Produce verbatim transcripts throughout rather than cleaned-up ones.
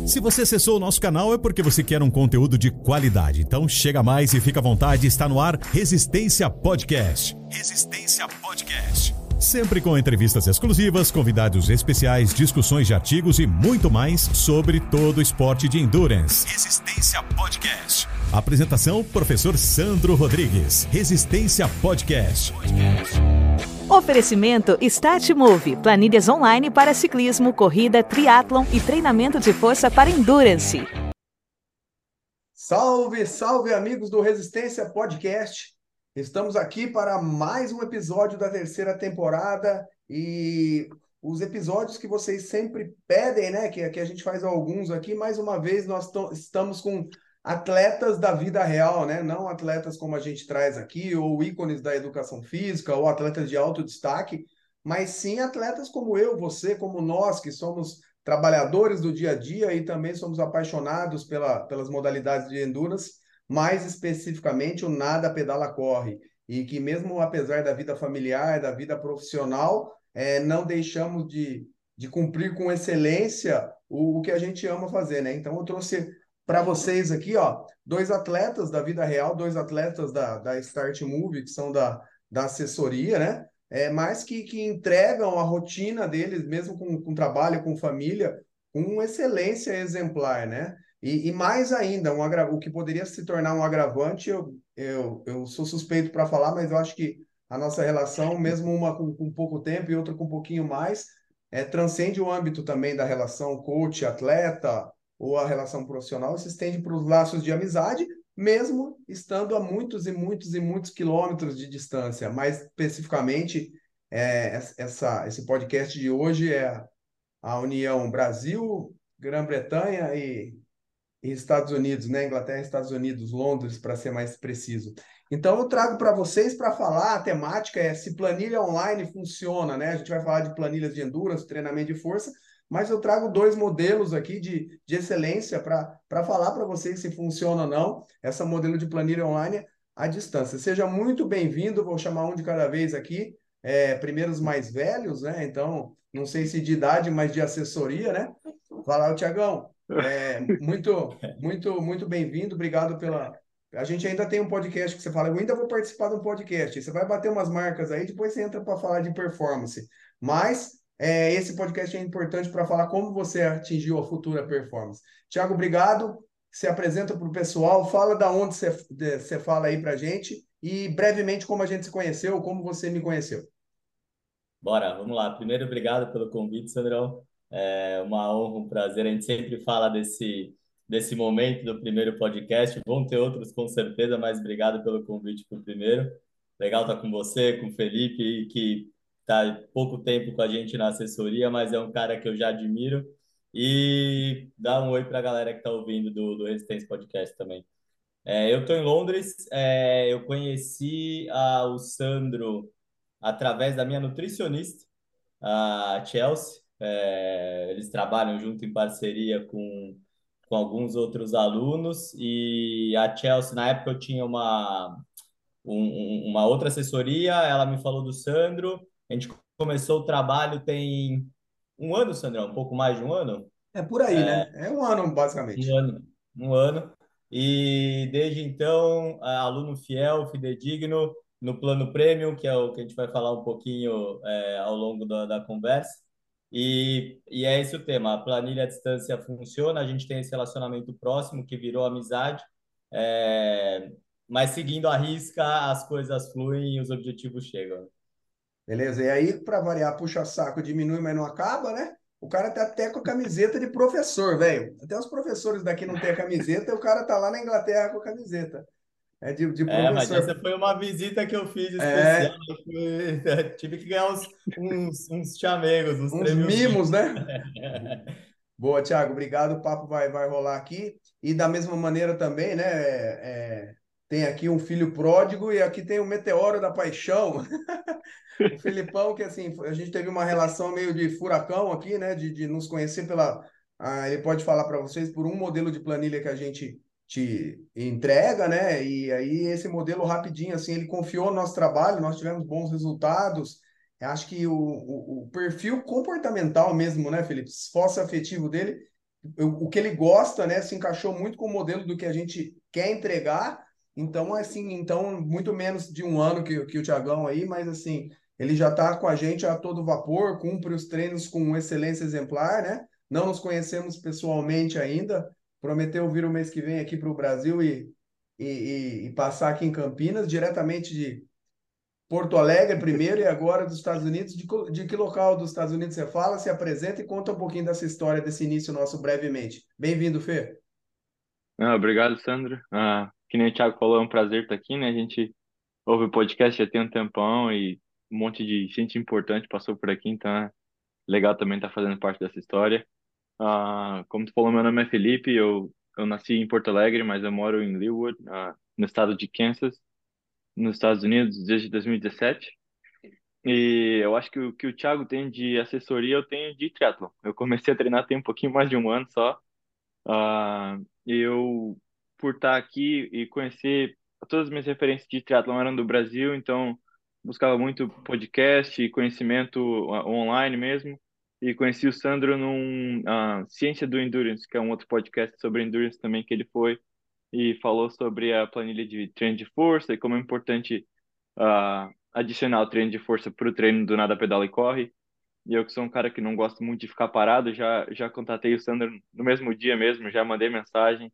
Se você acessou o nosso canal é porque você quer um conteúdo de qualidade. Então chega mais e fica à vontade, está no ar Resistência Podcast. Resistência Podcast. Sempre com entrevistas exclusivas, convidados especiais, discussões de artigos e muito mais sobre todo o esporte de endurance. Resistência Podcast. Apresentação, professor Sandro Rodrigues. Resistência Podcast. Oferecimento Start Move, planilhas online para ciclismo, corrida, triatlon e treinamento de força para endurance. Salve, salve amigos do Resistência Podcast. Estamos aqui para mais um episódio da terceira temporada e os episódios que vocês sempre pedem, né? Que, que a gente faz alguns aqui. Mais uma vez nós estamos com atletas da vida real, né? Não atletas como a gente traz aqui, ou ícones da educação física, ou atletas de alto destaque, mas sim atletas como eu, você, como nós, que somos trabalhadores do dia a dia e também somos apaixonados pela, pelas modalidades de endurance, mais especificamente o nada pedala corre, e que mesmo apesar da vida familiar, da vida profissional, é, não deixamos de, de cumprir com excelência o, o que a gente ama fazer, né? Então eu trouxe para vocês aqui, ó, dois atletas da vida real, dois atletas da, da Start Move, que são da, da assessoria, né? É, mas que, que entregam a rotina deles, mesmo com, com trabalho, com família, com excelência exemplar, né? E, e mais ainda, um agra... o que poderia se tornar um agravante, eu, eu, eu sou suspeito para falar, mas eu acho que a nossa relação, mesmo uma com, com pouco tempo e outra com um pouquinho mais, é, transcende o âmbito também da relação coach-atleta, ou a relação profissional, se estende para os laços de amizade, mesmo estando a muitos e muitos e muitos quilômetros de distância. Mais especificamente, é, essa, esse podcast de hoje é a união Brasil, Grã-Bretanha e, e Estados Unidos, né? Inglaterra, Estados Unidos, Londres, para ser mais preciso. Então, eu trago para vocês para falar, a temática é se planilha online funciona, né? A gente vai falar de planilhas de endurance, treinamento de força, mas eu trago dois modelos aqui de, de excelência para falar para vocês se funciona ou não essa modelo de planilha online à distância. Seja muito bem-vindo, vou chamar um de cada vez aqui, é, primeiro os mais velhos, né? Então, não sei se de idade, mas de assessoria, né? Fala, Tiagão, é, muito, muito, muito bem-vindo, obrigado pela... A gente ainda tem um podcast que você fala, eu ainda vou participar de um podcast, você vai bater umas marcas aí, depois você entra para falar de performance, mas... É, esse podcast é importante para falar como você atingiu a futura performance. Tiago, obrigado. Se apresenta para o pessoal, fala da onde você, você fala aí para a gente e brevemente como a gente se conheceu, como você me conheceu. Bora, vamos lá. Primeiro, obrigado pelo convite, Sandrão. É uma honra, um prazer. A gente sempre fala desse, desse momento do primeiro podcast. Vão ter outros com certeza, mas obrigado pelo convite para o primeiro. Legal estar com você, com o Felipe, que está pouco tempo com a gente na assessoria, mas é um cara que eu já admiro. E dá um oi para a galera que está ouvindo do, do Resistência Podcast também. É, eu estou em Londres, é, eu conheci a, o Sandro através da minha nutricionista, a Chelsea. É, eles trabalham junto em parceria com, com alguns outros alunos, e a Chelsea, na época, eu tinha uma, um, uma outra assessoria, ela me falou do Sandro, a gente começou o trabalho tem um ano, Sandrão, um pouco mais de um ano? É por aí, né? É um ano, basicamente. Um ano, um ano. E desde então, aluno fiel, fidedigno, no plano premium, que é o que a gente vai falar um pouquinho é, ao longo da, da conversa. E, e é esse o tema. A planilha à distância funciona, a gente tem esse relacionamento próximo que virou amizade, é, mas seguindo a risca, as coisas fluem e os objetivos chegam. Beleza? E aí, para variar, puxa saco, diminui, mas não acaba, né? O cara tá até com a camiseta de professor, velho. Até os professores daqui não têm a camiseta e o cara tá lá na Inglaterra com a camiseta. É de, de É, mas professor. essa foi uma visita que eu fiz especial. É, Eu fui- tive que ganhar uns, uns, uns chamegos, uns uns prêmiozinhos. mimos, né? Boa, Thiago, obrigado. O papo vai, vai rolar aqui. E da mesma maneira também, né? é, é, tem aqui um filho pródigo e aqui tem o meteoro da paixão. O Filipão, que assim, a gente teve uma relação meio de furacão aqui, né? De, de nos conhecer pela. Ah, ele pode falar para vocês por um modelo de planilha que a gente te entrega, né? E aí esse modelo rapidinho, assim, ele confiou no nosso trabalho, nós tivemos bons resultados. Eu acho que o, o, o perfil comportamental mesmo, né, Felipe? Esforço afetivo dele o, o que ele gosta, né, se encaixou muito com o modelo do que a gente quer entregar. Então, assim, então, muito menos de um ano que, que o Thiagão aí, mas assim, ele já está com a gente a todo vapor, cumpre os treinos com excelência exemplar, né? Não nos conhecemos pessoalmente ainda. Prometeu vir o mês que vem aqui para o Brasil e, e, e, e passar aqui em Campinas, diretamente de Porto Alegre primeiro e agora dos Estados Unidos. De, co- de que local dos Estados Unidos você fala? Se apresenta e conta um pouquinho dessa história, desse início nosso brevemente. Bem-vindo, Fê. Ah, obrigado, Sandro. Ah, que nem o Thiago falou, é um prazer estar aqui, né? A gente ouve o podcast já tem um tempão e um monte de gente importante passou por aqui, então é legal também estar fazendo parte dessa história. Ah, como tu falou, meu nome é Felipe, eu, eu nasci em Porto Alegre, mas eu moro em Leawood, ah, no estado de Kansas, nos Estados Unidos, desde dois mil e dezessete. E eu acho que o que o Thiago tem de assessoria, eu tenho de triatlon. Eu comecei a treinar tem um pouquinho mais de um ano só. Ah, eu, por estar aqui e conhecer todas as minhas referências de triatlon eram do Brasil, então buscava muito podcast e conhecimento ah, online mesmo. E conheci o Sandro num ah, Ciência do Endurance, que é um outro podcast sobre endurance também que ele foi e falou sobre a planilha de treino de força e como é importante ah, adicionar o treino de força para o treino do nada pedala e corre. E eu que sou um cara que não gosto muito de ficar parado, já já contatei o Sandro no mesmo dia mesmo, já mandei mensagem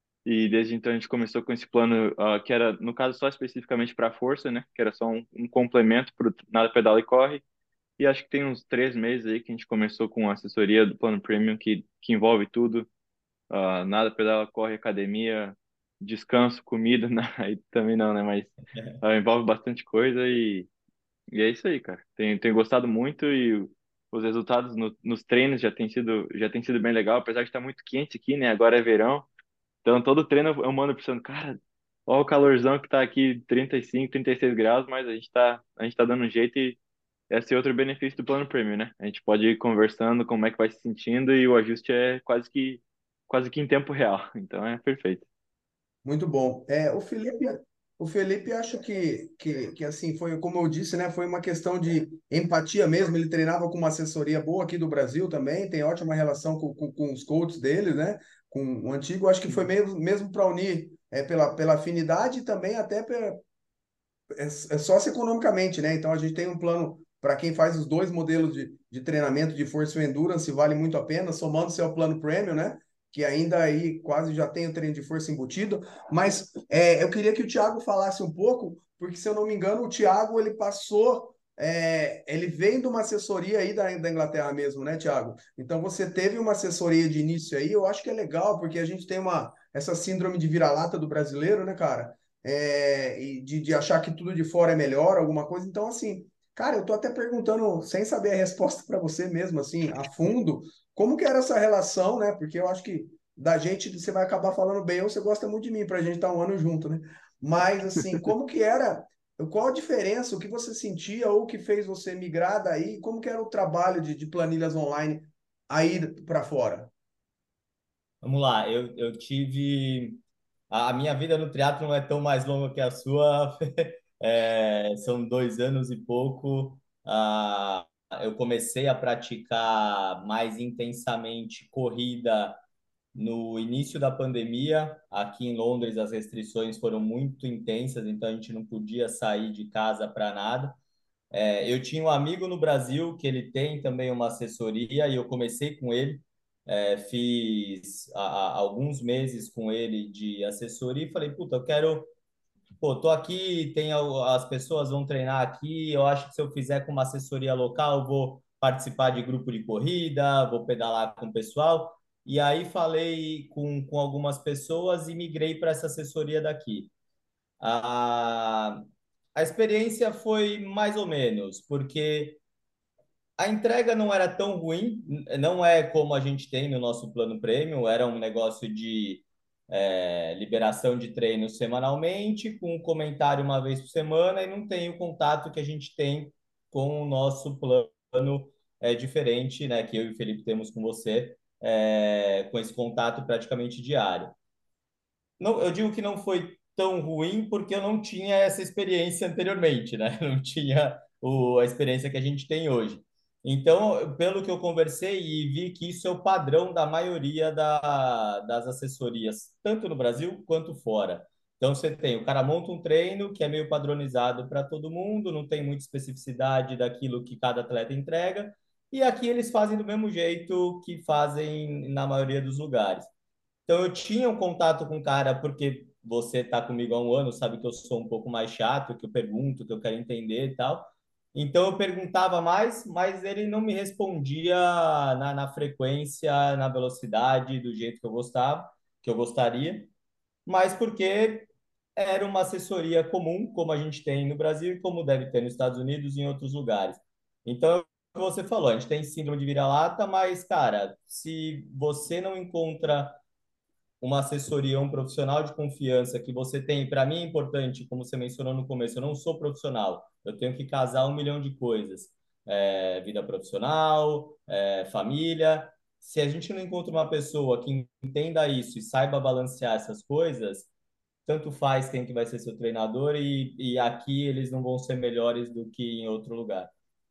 e desde então a gente começou com esse plano ah, que era no caso só especificamente para força, né? Que era só um, um complemento para nada pedala e corre. E acho que tem uns três meses aí que a gente começou com a assessoria do plano premium que que envolve tudo, ah, nada pedala corre, academia, descanso, comida, né? Aí também não, né? Mas ah, envolve bastante coisa e e é isso aí, cara. Tenho, tenho gostado muito e o- os resultados no- nos treinos já tem sido, já tem sido bem legal, apesar de estar muito quente aqui, né? Agora é verão. Então todo treino eu eu mando pensando, cara, olha o calorzão que tá aqui, trinta e cinco, trinta e seis graus, mas a gente tá, a gente tá dando um jeito e esse é outro benefício do plano premium, né? A gente pode ir conversando como é que vai se sentindo e o ajuste é quase que, quase que em tempo real. Então é perfeito. Muito bom. É, o Felipe, o Felipe acho que, que, que assim foi, como eu disse, né, foi uma questão de empatia mesmo. Ele treinava com uma assessoria boa aqui do Brasil também, tem ótima relação com, com, com os coaches dele, né? Com o antigo, acho que foi mesmo, mesmo para unir é, pela, pela afinidade e também até pe- é, é socioeconomicamente, né? Então a gente tem um plano para quem faz os dois modelos de, de treinamento de força e endurance, vale muito a pena, somando-se ao plano premium, né? Que ainda aí quase já tem o treino de força embutido. Mas é, eu queria que o Thiago falasse um pouco, porque se eu não me engano, o Thiago ele passou. É, ele vem de uma assessoria aí da, da Inglaterra mesmo, né, Thiago? Então você teve uma assessoria de início aí, eu acho que é legal, porque a gente tem uma essa síndrome de vira-lata do brasileiro, né, cara? É, e de, de achar que tudo de fora é melhor, alguma coisa. Então, assim, cara, eu tô até perguntando, sem saber a resposta para você mesmo, assim, a fundo, como que era essa relação, né? Porque eu acho que da gente você vai acabar falando bem ou você gosta muito de mim, para a gente estar um ano junto, né? Mas, assim, como que era, qual a diferença, o que você sentia ou o que fez você migrar daí, como que era o trabalho de, de planilhas online aí para fora? Vamos lá, eu, eu tive. A a minha vida no triatlo não é tão mais longa que a sua. É, são dois anos e pouco. Ah, eu comecei a praticar mais intensamente corrida no início da pandemia. Aqui em Londres, as restrições foram muito intensas, então a gente não podia sair de casa para nada. É, eu tinha um amigo no Brasil que ele tem também uma assessoria e eu comecei com ele. É, fiz a- a- alguns meses com ele de assessoria e falei, puta, eu quero, pô, tô aqui, tem al- as pessoas vão treinar aqui, eu acho que se eu fizer com uma assessoria local, eu vou participar de grupo de corrida, vou pedalar com o pessoal. E aí falei com, com algumas pessoas e migrei para essa assessoria daqui. A, a experiência foi mais ou menos, porque a entrega não era tão ruim, não é como a gente tem no nosso plano premium, era um negócio de é, liberação de treino semanalmente, com um comentário uma vez por semana, e não tem o contato que a gente tem com o nosso plano é, diferente, né, que eu e o Felipe temos com você, é, com esse contato praticamente diário. Não, eu digo que não foi tão ruim porque eu não tinha essa experiência anteriormente, né? Não tinha o, a experiência que a gente tem hoje. Então, pelo que eu conversei e vi que isso é o padrão da maioria da, das assessorias, tanto no Brasil quanto fora. Então, você tem, o cara monta um treino que é meio padronizado para todo mundo, não tem muita especificidade daquilo que cada atleta entrega, e aqui eles fazem do mesmo jeito que fazem na maioria dos lugares. Então, eu tinha um contato com o cara, porque você está comigo há um ano, sabe que eu sou um pouco mais chato, que eu pergunto, que eu quero entender e tal. Então, eu perguntava mais, mas ele não me respondia na, na frequência, na velocidade, do jeito que eu gostava, que eu gostaria, mas porque era uma assessoria comum, como a gente tem no Brasil e como deve ter nos Estados Unidos e em outros lugares. Então, é o que você falou, a gente tem síndrome de vira-lata, mas, cara, se você não encontra uma assessoria, um profissional de confiança que você tem, para mim é importante, como você mencionou no começo, eu não sou profissional, eu tenho que casar um milhão de coisas, é, vida profissional, é, família. Se a gente não encontra uma pessoa que entenda isso e saiba balancear essas coisas, tanto faz quem que vai ser seu treinador e, e aqui eles não vão ser melhores do que em outro lugar.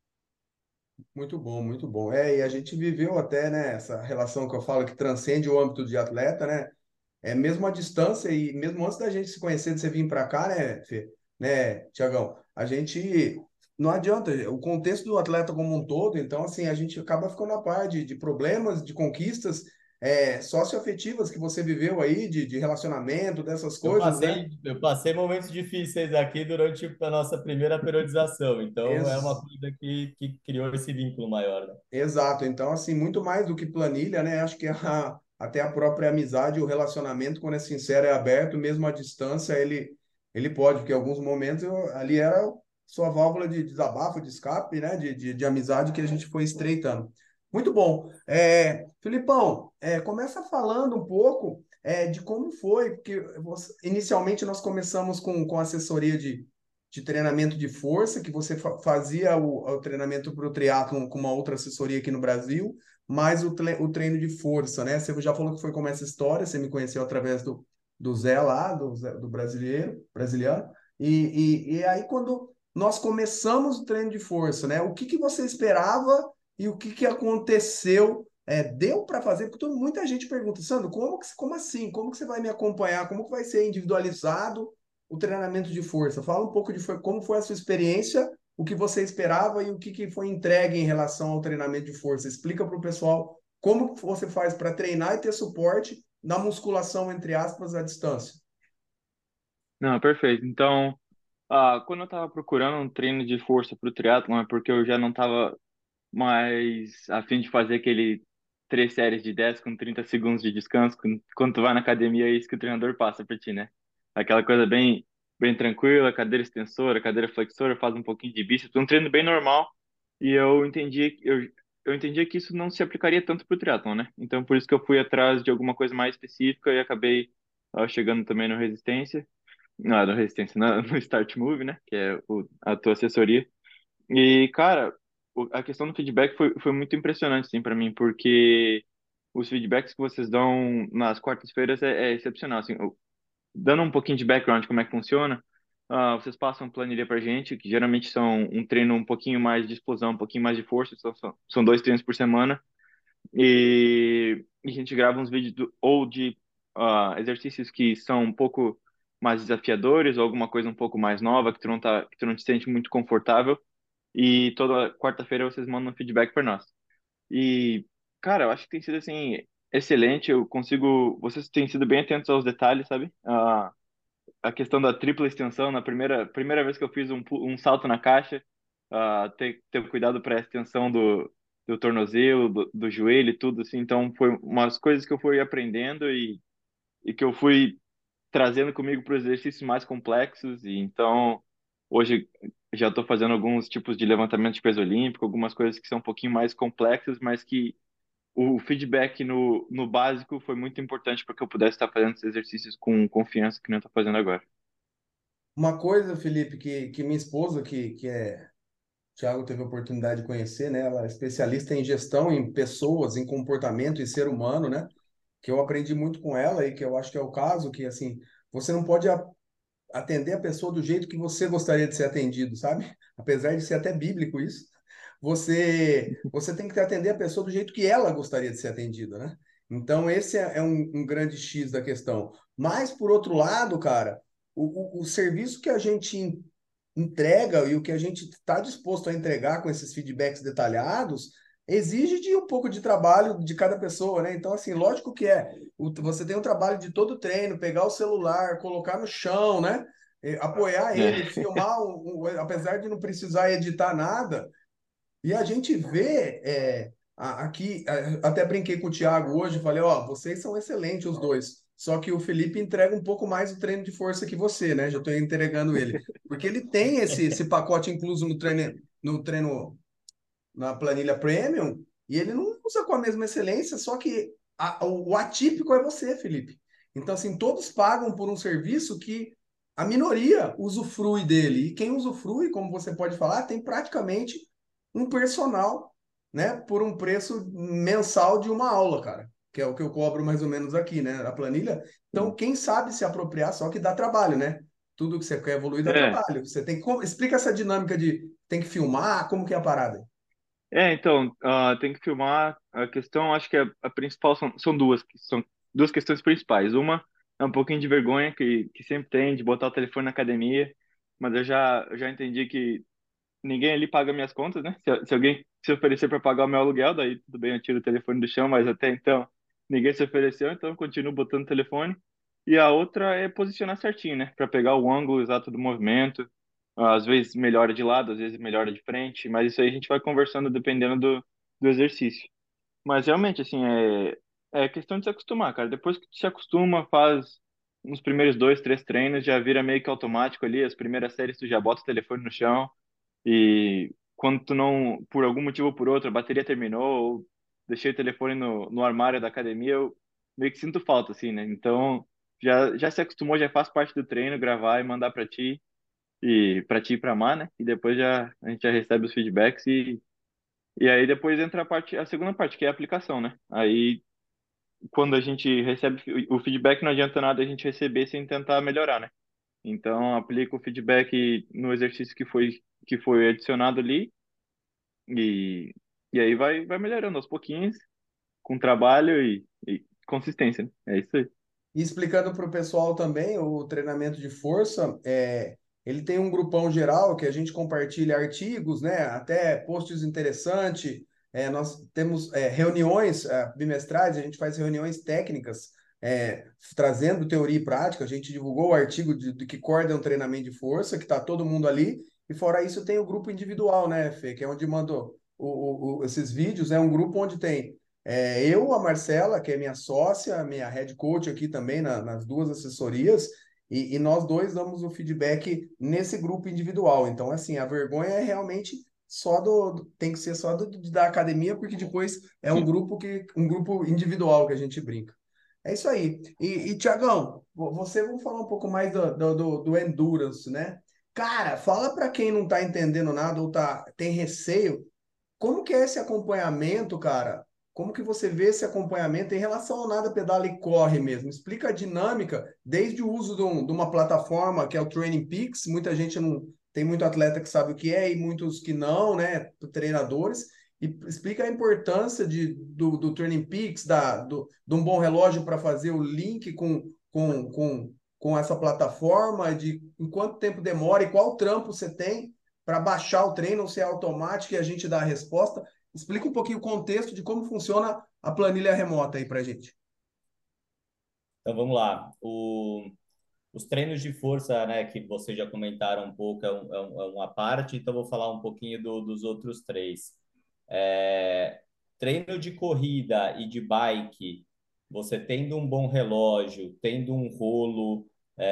Muito bom, muito bom. É, e a gente viveu até, né, essa relação que eu falo que transcende o âmbito de atleta, né? É mesmo a distância e mesmo antes da gente se conhecer, de você vir para cá, né, Fê, né, Tiagão? A gente não adianta, o contexto do atleta como um todo, então assim, a gente acaba ficando a par de, de problemas, de conquistas é, socioafetivas que você viveu aí, de, de relacionamento, dessas Eu coisas, né? passei, eu passei momentos difíceis aqui durante a nossa primeira periodização, então é uma Ex coisa que, que criou esse vínculo maior, né? Exato. Então, assim, muito mais do que planilha, né? Acho que a, até a própria amizade, o relacionamento, quando é sincero, é aberto, mesmo à distância, ele, ele pode, porque em alguns momentos eu- ali era sua válvula de desabafo, de escape, né? De, de, de amizade que a gente foi estreitando. Muito bom. É, Filipão, é, começa falando um pouco é, de como foi, porque você- inicialmente nós começamos com, com assessoria de de treinamento de força, que você fa fazia o, o treinamento para o triatlon com uma outra assessoria aqui no Brasil, mais o, o treino de força, né? Você já falou que foi como essa história, você me conheceu através do, do Zé lá, do, Zé, do brasileiro, brasiliano, e, e, e aí quando nós começamos o treino de força, né? O que, que você esperava e o que, que aconteceu? É, deu para fazer? Porque todo, muita gente pergunta, Sandro, como, que, como assim? Como que você vai me acompanhar? Como que vai ser individualizado o treinamento de força? Fala um pouco de foi, como foi a sua experiência, o que você esperava e o que, que foi entregue em relação ao treinamento de força. Explica para o pessoal como você faz para treinar e ter suporte na musculação, entre aspas, à distância. Não, perfeito. Então, ah, quando eu estava procurando um treino de força para o triatlon, é porque eu já não estava mais a fim de fazer aquele três séries de dez com trinta segundos de descanso. Quando quando tu vai na academia, é isso que o treinador passa para ti, né? Aquela coisa bem, bem tranquila, cadeira extensora, cadeira flexora, faz um pouquinho de bíceps, um treino bem normal. E eu entendi, eu, eu entendi que isso não se aplicaria tanto para o triatlon, né? Então, por isso que eu fui atrás de alguma coisa mais específica e acabei ah, chegando também no Resistência. Não, no Resistência, no, no Start Move, né? Que é o, a tua assessoria. E, cara, o- a questão do feedback foi, foi muito impressionante, assim, para mim, porque os feedbacks que vocês dão nas quartas-feiras é, é excepcional, assim. Eu- dando um pouquinho de background de como é que funciona, ah, vocês passam planilha pra gente, que geralmente são um treino um pouquinho mais de explosão, um pouquinho mais de força, são, são são dois treinos por semana, e, e a gente grava uns vídeos do- ou de ah, exercícios que são um pouco mais desafiadores, ou alguma coisa um pouco mais nova, que tu não tá, que tu não te sente muito confortável, e toda quarta-feira vocês mandam feedback para nós. E, cara, eu acho que tem sido assim excelente. Eu consigo, vocês têm sido bem atentos aos detalhes, sabe? A, a questão da tripla extensão, na primeira primeira vez que eu fiz um, pu- um salto na caixa, ah, ter, ter cuidado para a extensão do, do tornozelo, do, do joelho e tudo assim. Então, foi umas coisas que eu fui aprendendo e, e que eu fui trazendo comigo para os exercícios mais complexos. E então, hoje já estou fazendo alguns tipos de levantamento de peso olímpico, algumas coisas que são um pouquinho mais complexas, mas que o feedback no, no básico foi muito importante para que eu pudesse estar fazendo esses exercícios com confiança que nem eu estou fazendo agora. Uma coisa, Felipe, que, que minha esposa, que, que é, Thiago teve a oportunidade de conhecer, né? Ela é especialista em gestão em pessoas, em comportamento e ser humano, né? Que eu aprendi muito com ela e que eu acho que é o caso, que assim, você não pode a- atender a pessoa do jeito que você gostaria de ser atendido, sabe? Apesar de ser até bíblico isso, você, você tem que atender a pessoa do jeito que ela gostaria de ser atendida, né? Então, esse é, é um, um grande X da questão. Mas, por outro lado, cara, o, o, o serviço que a gente en- entrega e o que a gente está disposto a entregar com esses feedbacks detalhados exige de um pouco de trabalho de cada pessoa, né? Então, assim, lógico que é, o- você tem o trabalho de todo treino, pegar o celular, colocar no chão, né? Eh, Apoiar ele, É. filmar, um- um- apesar de não precisar editar nada, e a gente vê é, a- aqui, a- até brinquei com o Thiago hoje, falei, ó, vocês são excelentes os dois. Só que o Felipe entrega um pouco mais o treino de força que você, né? Já estou entregando ele. Porque ele tem esse, esse pacote incluso no treino, no treino, na planilha Premium, e ele não usa com a mesma excelência, só que a- o, o atípico é você, Felipe. Então, assim, todos pagam por um serviço que a minoria usufrui dele. E quem usufrui, como você pode falar, tem praticamente um personal, né, por um preço mensal de uma aula, cara, que é o que eu cobro mais ou menos aqui, né, na planilha. Então, quem sabe se apropriar, só que dá trabalho, né? Tudo que você quer evoluir dá É, trabalho. Você tem que co- explica essa dinâmica de tem que filmar, como que é a parada? é, então, ah, tem que filmar. A questão, acho que a, a principal são, são duas, que são duas questões principais. Uma é um pouquinho de vergonha que, que sempre tem de botar o telefone na academia, mas eu já, eu já entendi que ninguém ali paga minhas contas, né? Se, se alguém se oferecer para pagar o meu aluguel, daí tudo bem, eu tiro o telefone do chão, mas até então ninguém se ofereceu, então eu continuo botando o telefone. E a outra é posicionar certinho, né? Para pegar o ângulo exato do movimento. Às vezes melhora de lado, às vezes melhora de frente, mas isso aí a gente vai conversando dependendo do, do exercício. Mas realmente, assim, é, é questão de se acostumar, cara. Depois que tu se acostuma, faz uns primeiros dois, três treinos, já vira meio que automático ali. As primeiras séries tu já bota o telefone no chão e quando tu não, por algum motivo ou por outro, a bateria terminou ou deixei o telefone no, no armário da academia, eu meio que sinto falta, assim, né? Então, já, já se acostumou, já faz parte do treino, gravar e mandar pra ti e para ti e para Mar, né? E depois já a gente já recebe os feedbacks e e aí depois entra a parte, a segunda parte, que é a aplicação, né? Aí quando a gente recebe o feedback, não adianta nada a gente receber sem tentar melhorar, né? Então aplica o feedback no exercício que foi que foi adicionado ali e e aí vai vai melhorando aos pouquinhos com trabalho e, e consistência, né? É isso aí. E explicando para o pessoal também, o treinamento de força, é, ele tem um grupão geral que a gente compartilha artigos, né, até posts interessantes. É, nós temos é, reuniões é, bimestrais, a gente faz reuniões técnicas, é, trazendo teoria e prática. A gente divulgou o artigo de, de que corda é um treinamento de força, que está todo mundo ali. E fora isso, tem o grupo individual, né, Fê, que é onde mandou o, o, o- esses vídeos. É um grupo onde tem é, eu, a Marcela, que é minha sócia, minha head coach aqui também na- nas duas assessorias, e, e nós dois damos o feedback nesse grupo individual. Então, assim, a vergonha é realmente só do, do- tem que ser só do, da academia, porque depois é um grupo que um grupo individual que a gente brinca. É isso aí. E, e Tiagão, você vamos falar um pouco mais do, do, do, do endurance, né? Cara, fala para quem não está entendendo nada ou tá, tem receio. Como que é esse acompanhamento, cara? Como que você vê esse acompanhamento em relação ao nada pedala e corre mesmo? Explica a dinâmica, desde o uso de, um- de uma plataforma que é o Training Peaks, muita gente não tem muito atleta que sabe o que é e muitos que não, né? Treinadores. E explica a importância de, do, do Training Peaks, da, do, de um bom relógio para fazer o link com, com, com, com essa plataforma, de em quanto tempo demora e qual trampo você tem para baixar o treino, ou se é automático e a gente dá a resposta. Explica um pouquinho o contexto de como funciona a planilha remota aí para gente. Então vamos lá. O, os treinos de força, né, que vocês já comentaram um pouco, é, um, é, um, é uma parte, então vou falar um pouquinho do, dos outros três. É, treino de corrida e de bike, você tendo um bom relógio, tendo um rolo,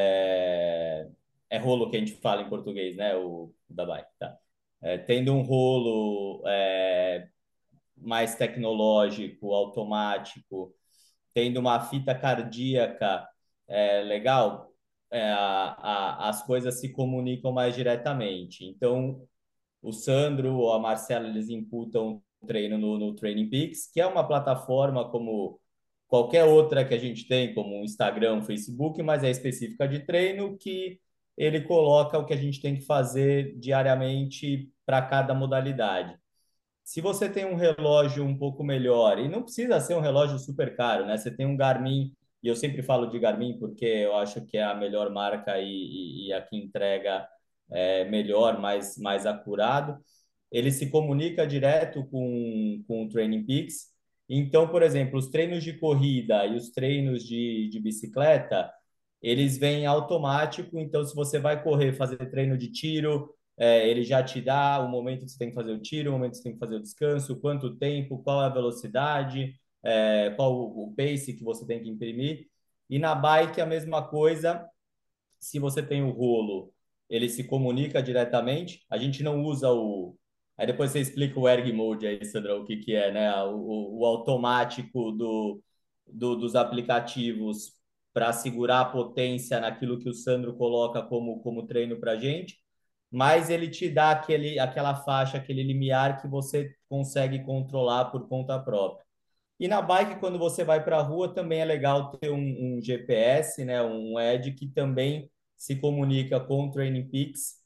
é, é rolo que a gente fala em português, né, o da bike, tá? É, tendo um rolo é, mais tecnológico, automático, tendo uma fita cardíaca é, legal, é, a, a, as coisas se comunicam mais diretamente. Então, o Sandro ou a Marcela, eles imputam o treino no, no Training Peaks, que é uma plataforma como qualquer outra que a gente tem, como o Instagram, o Facebook, mas é específica de treino, que ele coloca o que a gente tem que fazer diariamente para cada modalidade. Se você tem um relógio um pouco melhor, e não precisa ser um relógio super caro, né? Você tem um Garmin, e eu sempre falo de Garmin porque eu acho que é a melhor marca e, e, e a que entrega é, melhor, mais, mais acurado. Ele se comunica direto com, com o Training Peaks. Então, por exemplo, os treinos de corrida e os treinos de, de bicicleta, eles vêm automático. Então, se você vai correr, fazer treino de tiro, é, ele já te dá o momento que você tem que fazer o tiro, o momento que você tem que fazer o descanso, quanto tempo, qual é a velocidade, é, qual o, o pace que você tem que imprimir. E na bike, a mesma coisa. Se você tem o rolo, ele se comunica diretamente. A gente não usa o. Aí depois você explica o erg mode aí, Sandra, o que, que é, né? O, o, o automático do, do, dos aplicativos para segurar a potência naquilo que o Sandro coloca como, como treino para a gente, mas ele te dá aquele, aquela faixa, aquele limiar que você consegue controlar por conta própria. E na bike, quando você vai para a rua, também é legal ter um, um G P S, né, um Edge que também se comunica com o Training Peaks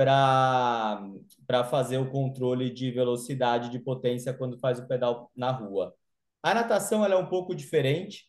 para para fazer o controle de velocidade, de potência quando faz o pedal na rua. A natação ela é um pouco diferente.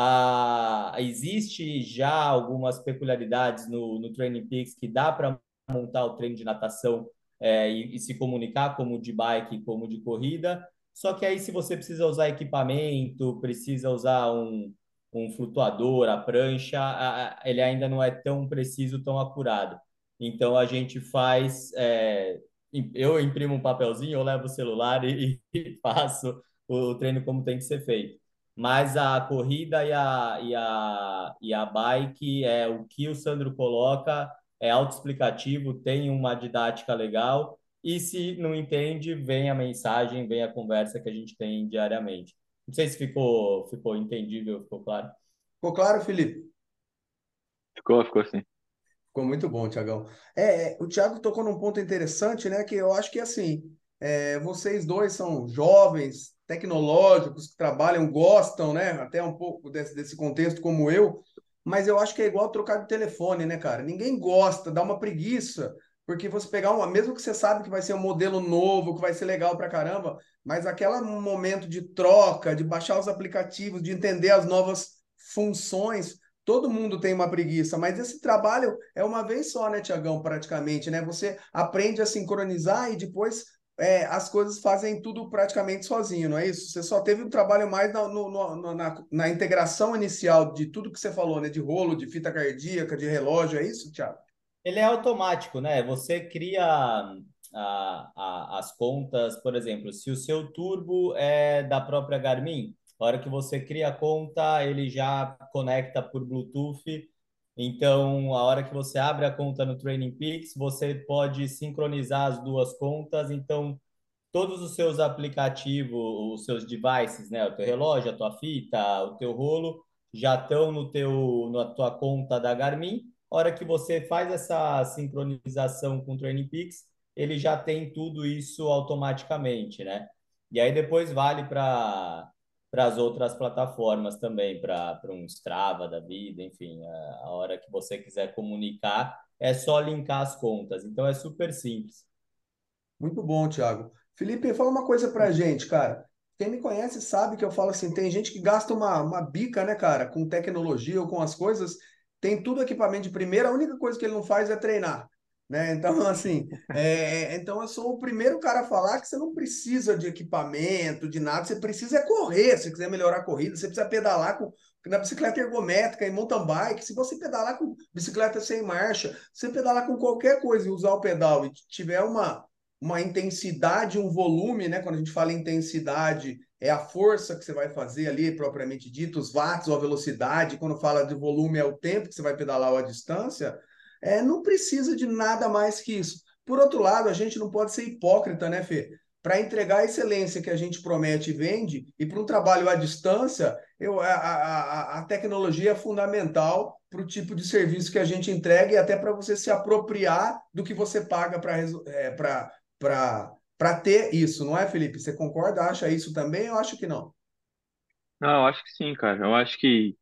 Ah, existe já algumas peculiaridades no, no Training Peaks que dá para montar o treino de natação é, e, e se comunicar como de bike, como de corrida. Só que aí, se você precisa usar equipamento, precisa usar um, um flutuador, a prancha, a- a- ele ainda não é tão preciso, tão acurado. Então, a gente faz. É, im- eu imprimo um papelzinho, eu levo o celular e, e faço o treino como tem que ser feito. Mas a corrida e a, e a, e a bike, é o que o Sandro coloca, é autoexplicativo, tem uma didática legal. E se não entende, vem a mensagem, vem a conversa que a gente tem diariamente. Não sei se ficou, ficou entendível, ficou claro. Ficou claro, Felipe? Ficou, ficou assim. Ficou muito bom, Tiagão. É, é, o Thiago tocou num ponto interessante, né? Que eu acho que assim, é, vocês dois são jovens, tecnológicos, que trabalham, gostam, né? Até um pouco desse, desse contexto como eu, mas eu acho que é igual trocar de telefone, né, cara? Ninguém gosta, dá uma preguiça, porque você pegar uma, mesmo que você sabe que vai ser um modelo novo, que vai ser legal pra caramba, mas aquele momento de troca, de baixar os aplicativos, de entender as novas funções. Todo mundo tem uma preguiça, mas esse trabalho é uma vez só, né, Tiagão, praticamente, né? Você aprende a sincronizar e depois é, as coisas fazem tudo praticamente sozinho, não é isso? Você só teve um trabalho mais na, no- no- na, na integração inicial de tudo que você falou, né? De rolo, de fita cardíaca, de relógio, é isso, Tiago? Ele é automático, né? Você cria a, a, as contas, por exemplo, se o seu turbo é da própria Garmin, a hora que você cria a conta, ele já conecta por Bluetooth. Então, a hora que você abre a conta no Training Peaks, você pode sincronizar as duas contas. Então, todos os seus aplicativos, os seus devices, né, o teu relógio, a tua fita, o teu rolo, já estão no teu, na tua conta da Garmin. A hora que você faz essa sincronização com o Training Peaks, ele já tem tudo isso automaticamente, né? E aí depois vale para para as outras plataformas também, para para um Strava da vida, enfim, a, a hora que você quiser comunicar, é só linkar as contas. Então é super simples. Muito bom, Thiago. Felipe, fala uma coisa pra gente, cara. Quem me conhece sabe que eu falo assim, tem gente que gasta uma, uma bica, né, cara, com tecnologia ou com as coisas, tem tudo equipamento de primeira, a única coisa que ele não faz é treinar, né? Então, assim, é, é, então eu sou o primeiro cara a falar que você não precisa de equipamento, de nada, você precisa é correr, se você quiser melhorar a corrida, você precisa pedalar com, na bicicleta ergométrica, em mountain bike, se você pedalar com bicicleta sem marcha, se você pedalar com qualquer coisa e usar o pedal e tiver uma uma intensidade, um volume, né? Quando a gente fala em intensidade, é a força que você vai fazer ali, propriamente dito, os watts ou a velocidade. Quando fala de volume, é o tempo que você vai pedalar ou a distância. É, não precisa de nada mais que isso. Por outro lado, a gente não pode ser hipócrita, né, Fê? Para entregar a excelência que a gente promete e vende, e para um trabalho à distância, eu, a, a, a tecnologia é fundamental para o tipo de serviço que a gente entrega e até para você se apropriar do que você paga para é, para para ter isso, não é, Felipe? Você concorda? Acha isso também? Eu acho que não. Não, eu acho que sim, cara. Eu acho que,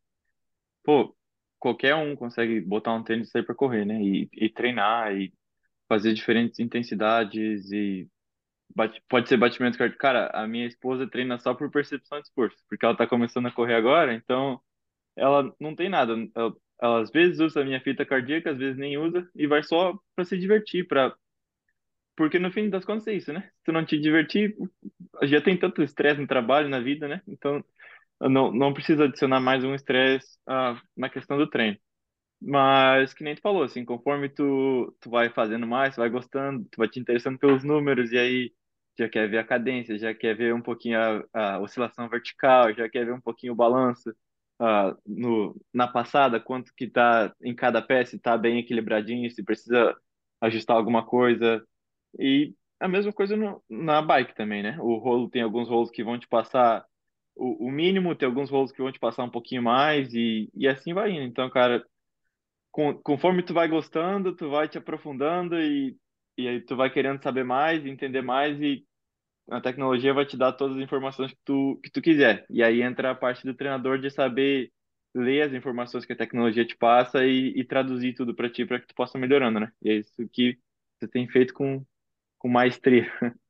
pô, qualquer um consegue botar um tênis e sair pra correr, né? E, e treinar e fazer diferentes intensidades e bate- pode ser batimento cardíaco. Cara, a minha esposa treina só por percepção de esforço, porque ela tá começando a correr agora, então ela não tem nada. Ela, ela às vezes usa a minha fita cardíaca, às vezes nem usa, e vai só para se divertir, para porque no fim das contas é isso, né? Se tu não te divertir, já tem tanto estresse no trabalho, na vida, né? Então não, não precisa adicionar mais um estresse ah, na questão do treino. Mas, que nem tu falou, assim, conforme tu, tu vai fazendo mais, tu vai gostando, tu vai te interessando pelos números, e aí já quer ver a cadência, já quer ver um pouquinho a, a oscilação vertical, já quer ver um pouquinho o balanço ah, no, na passada, quanto que tá em cada pé, se tá bem equilibradinho, se precisa ajustar alguma coisa. E a mesma coisa no, na bike também, né? O rolo tem alguns rolos que vão te passar o, o mínimo, tem alguns rolos que vão te passar um pouquinho mais, e, e assim vai indo. Então, cara, com, conforme tu vai gostando, tu vai te aprofundando e, e aí tu vai querendo saber mais, entender mais e a tecnologia vai te dar todas as informações que tu, que tu quiser. E aí entra a parte do treinador de saber ler as informações que a tecnologia te passa e, e traduzir tudo para ti para que tu possa melhorando, né? E é isso que você tem feito com, com maestria.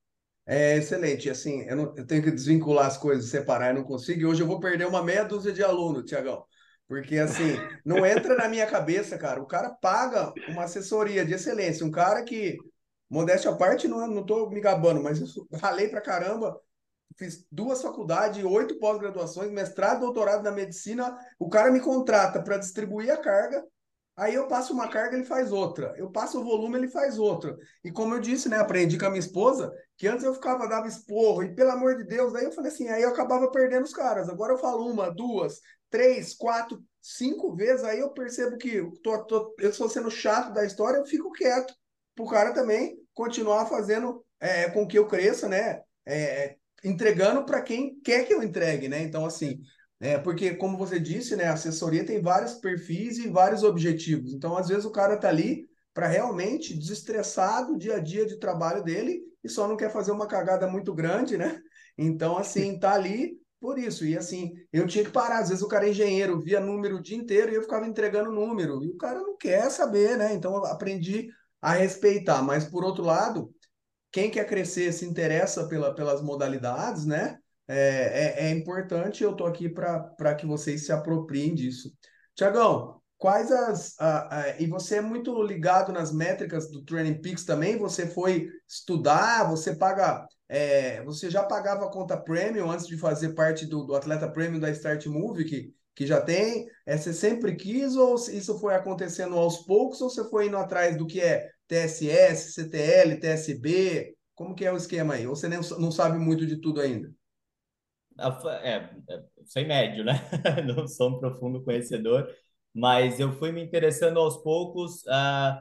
É excelente. Assim, eu, não- eu tenho que desvincular as coisas, separar, eu não consigo. E hoje eu vou perder uma meia dúzia de alunos, Tiagão. Porque, assim, não entra na minha cabeça, cara. O cara paga uma assessoria de excelência. Um cara que, modéstia à parte, não, não tô me gabando, mas eu ralei pra caramba. Fiz duas faculdades, oito pós-graduações, mestrado, doutorado na medicina. O cara me contrata para distribuir a carga. Aí eu passo uma carga, ele faz outra. Eu passo o volume, ele faz outra. E como eu disse, né, aprendi com a minha esposa, que antes eu ficava, dava esporro, e pelo amor de Deus, daí eu falei assim, aí eu acabava perdendo os caras. Agora eu falo uma, duas, três, quatro, cinco vezes, aí eu percebo que eu tô, tô- eu estou sendo chato da história, eu fico quieto, pro cara também continuar fazendo é, com que eu cresça, né? É, entregando para quem quer que eu entregue, né? Então, assim, é, porque, como você disse, né, a assessoria tem vários perfis e vários objetivos. Então, às vezes, o cara tá ali para realmente desestressar do dia a dia de trabalho dele e só não quer fazer uma cagada muito grande, né? Então, assim, tá ali por isso. E, assim, eu tinha que parar. Às vezes, o cara é engenheiro, via número o dia inteiro e eu ficava entregando número. E o cara não quer saber, né? Então, eu aprendi a respeitar. Mas, por outro lado, quem quer crescer se interessa pela, pelas modalidades, né? É, é, é importante, eu estou aqui para que vocês se apropriem disso. Tiagão, quais as. A, a- e você é muito ligado nas métricas do Training Peaks também? Você foi estudar, você paga. É, você já pagava a conta premium antes de fazer parte do, do Atleta Premium da Start Move, que, que já tem? É, você sempre quis, ou isso foi acontecendo aos poucos, ou você foi indo atrás do que é T S S, C T L, T S B? Como que é o esquema aí? Ou você nem, não sabe muito de tudo ainda? Ah, fa- É, é, sem médio, né? Não sou um profundo conhecedor, mas eu fui me interessando aos poucos, ah,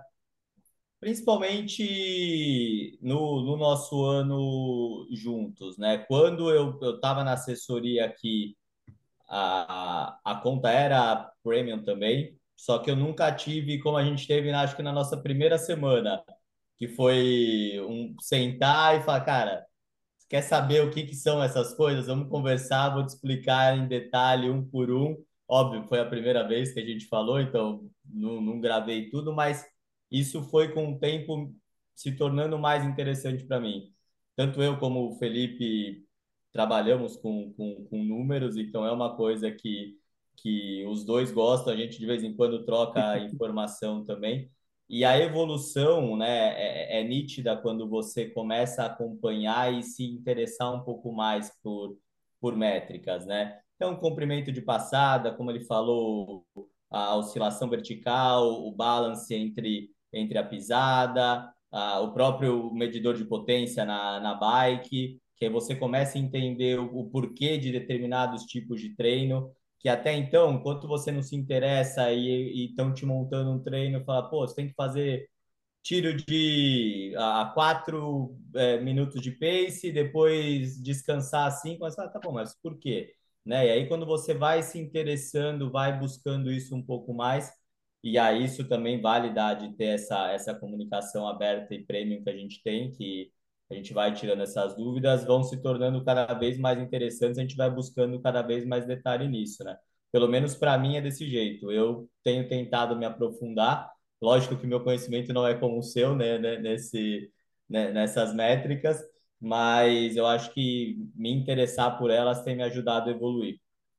principalmente no, no nosso ano juntos, né? Quando eu eu estava na assessoria aqui, a, a conta era premium também, só que eu nunca tive como a gente teve, acho que na nossa primeira semana, que foi um sentar e falar, cara, quer saber o que que são essas coisas? Vamos conversar, vou te explicar em detalhe, um por um. Óbvio, foi a primeira vez que a gente falou, então não, não gravei tudo, mas isso foi com o tempo se tornando mais interessante para mim. Tanto eu como o Felipe trabalhamos com, com, com números, então é uma coisa que, que os dois gostam, a gente de vez em quando troca informação também. E a evolução, né, é, é nítida quando você começa a acompanhar e se interessar um pouco mais por, por métricas, né? Então, comprimento de passada, como ele falou, a oscilação vertical, o balance entre, entre a pisada, a, o próprio medidor de potência na, na bike, que aí você começa a entender o, o porquê de determinados tipos de treino, que até então, enquanto você não se interessa e estão te montando um treino, fala, pô, você tem que fazer tiro de a quatro é, minutos de pace, depois descansar cinco, mas fala, tá bom, mas por quê? Né? E aí quando você vai se interessando, vai buscando isso um pouco mais, e aí isso também vale dar de ter essa, essa comunicação aberta e premium que a gente tem, que a gente vai tirando essas dúvidas, vão se tornando cada vez mais interessantes, a gente vai buscando cada vez mais detalhe nisso, né? Pelo menos para mim é desse jeito. Eu tenho tentado me aprofundar. Lógico que meu conhecimento não é como o seu, né, né, nesse, né, nessas métricas, mas eu acho que me interessar por elas tem me ajudado a evoluir.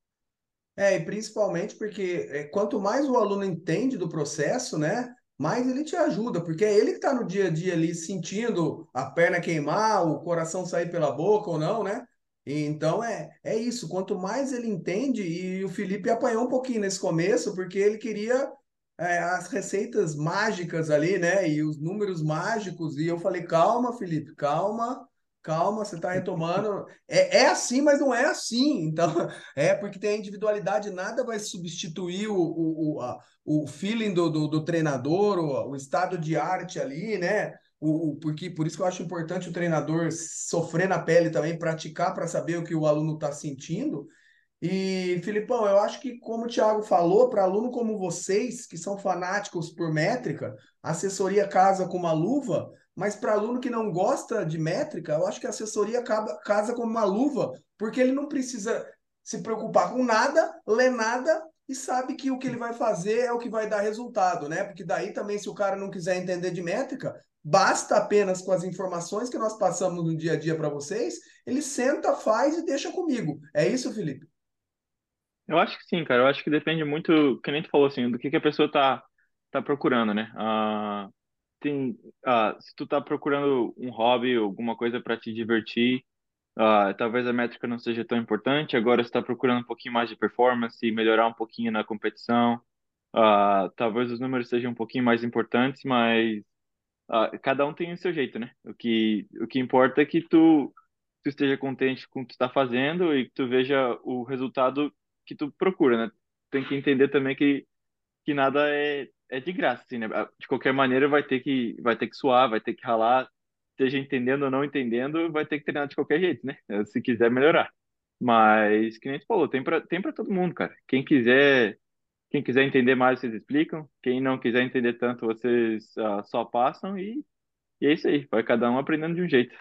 É, e principalmente porque é, quanto mais o aluno entende do processo, né, mais ele te ajuda, porque é ele que está no dia a dia ali sentindo a perna queimar, o coração sair pela boca ou não, né? E então é, é isso, quanto mais ele entende, e o Felipe apanhou um pouquinho nesse começo, porque ele queria é, as receitas mágicas ali, né? E os números mágicos, e eu falei, calma, Felipe, calma. Calma, você está retomando. É, é assim, mas não é assim. Então, é, porque tem a individualidade, nada vai substituir o, o, o, a- o feeling do, do, do treinador, o, o estado de arte ali, né? O, o- porque, por isso que eu acho importante o treinador sofrer na pele também, praticar para saber o que o aluno está sentindo. E, Filipão, eu acho que, como o Thiago falou, para aluno como vocês, que são fanáticos por métrica, a assessoria casa com uma luva, mas para aluno que não gosta de métrica, eu acho que a assessoria acaba- casa com uma luva, porque ele não precisa se preocupar com nada, ler nada e sabe que o que ele vai fazer é o que vai dar resultado, né? Porque daí também, se o cara não quiser entender de métrica, basta apenas com as informações que nós passamos no dia a dia para vocês, ele senta, faz e deixa comigo. É isso, Felipe? Eu acho que sim, cara. Eu acho que depende muito, que nem tu falou assim, do que que a pessoa tá, tá procurando, né? Ah, tem, ah, se tu tá procurando um hobby, alguma coisa para te divertir, ah, talvez a métrica não seja tão importante. Agora, se tá procurando um pouquinho mais de performance, melhorar um pouquinho na competição, ah, talvez os números sejam um pouquinho mais importantes, mas ah, cada um tem o seu jeito, né? O que, o que importa é que tu, tu esteja contente com o que tu está fazendo e que tu veja o resultado que tu procura, né? Tem que entender também que, que nada é, é de graça, assim, né? Ah, de qualquer maneira vai ter que, vai ter que suar, vai ter que ralar, esteja entendendo ou não entendendo, vai ter que treinar de qualquer jeito, né? Se quiser melhorar. Mas, que nem tu falou, tem para tem para todo mundo, cara. Quem quiser quem quiser entender mais, vocês explicam. Quem não quiser entender tanto, vocês ah, só passam e, e é isso aí. Vai cada um aprendendo de um jeito.